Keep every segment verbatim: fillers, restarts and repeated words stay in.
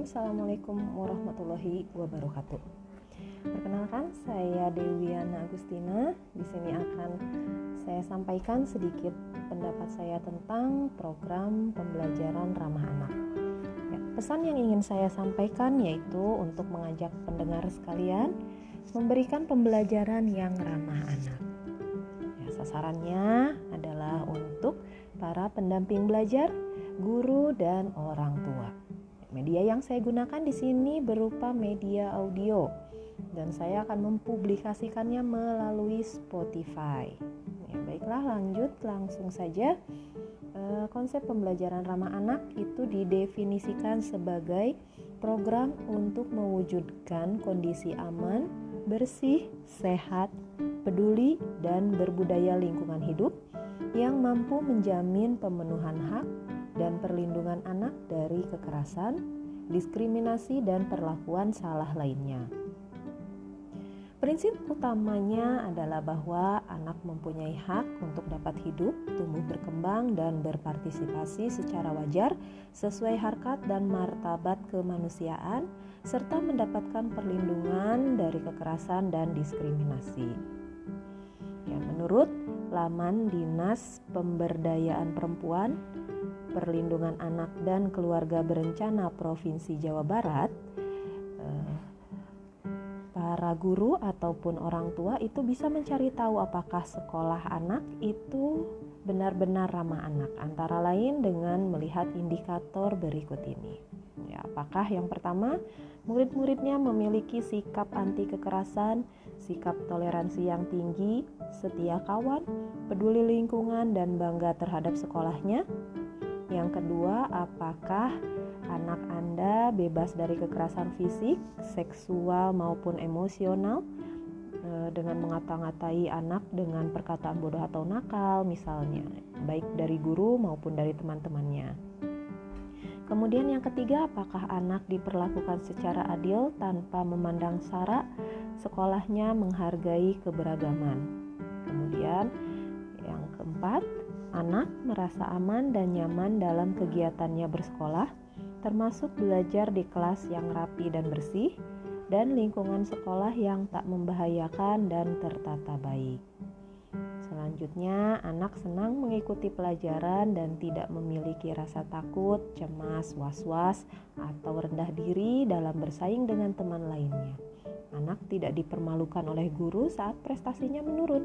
Bismillahirrahmanirrahim. Assalamualaikum warahmatullahi wabarakatuh. Perkenalkan, saya Dewiana Agustina. Di sini akan saya sampaikan sedikit pendapat saya tentang program pembelajaran ramah anak. Ya, pesan yang ingin saya sampaikan yaitu untuk mengajak pendengar sekalian memberikan pembelajaran yang ramah anak. Ya, sasarannya adalah untuk para pendamping belajar, guru, dan orang tua. Media yang saya gunakan di sini berupa media audio dan saya akan mempublikasikannya melalui Spotify. Ya, baiklah, lanjut langsung saja. E, konsep pembelajaran ramah anak itu didefinisikan sebagai program untuk mewujudkan kondisi aman, bersih, sehat, peduli, dan berbudaya lingkungan hidup yang mampu menjamin pemenuhan hak dan perlindungan anak dari kekerasan, diskriminasi, dan perlakuan salah lainnya. Prinsip utamanya adalah bahwa anak mempunyai hak untuk dapat hidup, tumbuh berkembang, dan berpartisipasi secara wajar sesuai harkat dan martabat kemanusiaan, serta mendapatkan perlindungan dari kekerasan dan diskriminasi. Ya, menurut laman Dinas Pemberdayaan Perempuan, Perlindungan Anak dan Keluarga Berencana Provinsi Jawa Barat, eh, para guru ataupun orang tua itu bisa mencari tahu apakah sekolah anak itu benar-benar ramah anak, antara lain dengan melihat indikator berikut ini. Ya, apakah yang pertama, murid-muridnya memiliki sikap anti kekerasan, sikap toleransi yang tinggi, setia kawan, peduli lingkungan, dan bangga terhadap sekolahnya. Yang kedua, apakah anak Anda bebas dari kekerasan fisik, seksual maupun emosional e, dengan mengata-ngatai anak dengan perkataan bodoh atau nakal misalnya, baik dari guru maupun dari teman-temannya. Kemudian yang ketiga, apakah anak diperlakukan secara adil tanpa memandang sara, sekolahnya menghargai keberagaman. Kemudian yang keempat, anak merasa aman dan nyaman dalam kegiatannya bersekolah, termasuk belajar di kelas yang rapi dan bersih, dan lingkungan sekolah yang tak membahayakan dan tertata baik. Selanjutnya, anak senang mengikuti pelajaran dan tidak memiliki rasa takut, cemas, was-was, atau rendah diri dalam bersaing dengan teman lainnya. Anak tidak dipermalukan oleh guru saat prestasinya menurun.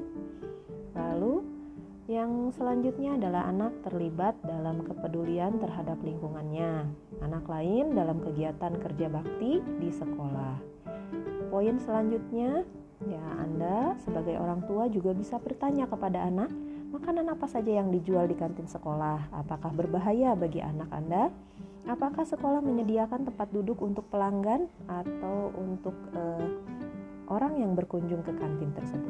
Lalu, yang selanjutnya adalah anak terlibat dalam kepedulian terhadap lingkungannya, anak lain dalam kegiatan kerja bakti di sekolah. Poin selanjutnya, ya Anda sebagai orang tua juga bisa bertanya kepada anak, makanan apa saja yang dijual di kantin sekolah? Apakah berbahaya bagi anak Anda? Apakah sekolah menyediakan tempat duduk untuk pelanggan atau untuk eh, orang yang berkunjung ke kantin tersebut?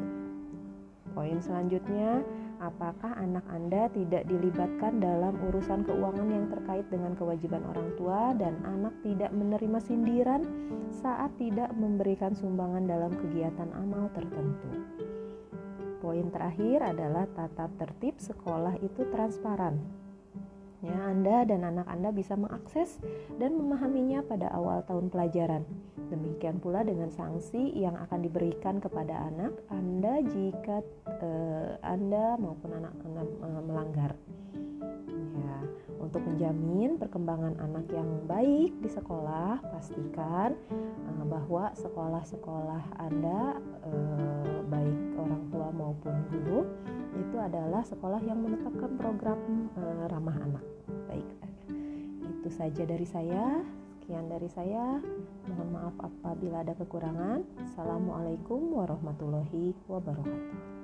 Poin selanjutnya, apakah anak Anda tidak dilibatkan dalam urusan keuangan yang terkait dengan kewajiban orang tua dan anak tidak menerima sindiran saat tidak memberikan sumbangan dalam kegiatan amal tertentu? Poin terakhir adalah tata tertib sekolah itu transparan. Ya, Anda dan anak Anda bisa mengakses dan memahaminya pada awal tahun pelajaran. Demikian pula dengan sanksi yang akan diberikan kepada anak Anda jika eh, Anda maupun anak Anda eh, melanggar. Ya, untuk menjamin perkembangan anak yang baik di sekolah, pastikan eh, bahwa sekolah-sekolah Anda eh, baik orang tua maupun guru itu adalah sekolah yang menetapkan program eh, ramah anak. Baik, itu saja dari saya. Sekian dari saya. Mohon maaf apabila ada kekurangan. Assalamualaikum warahmatullahi wabarakatuh.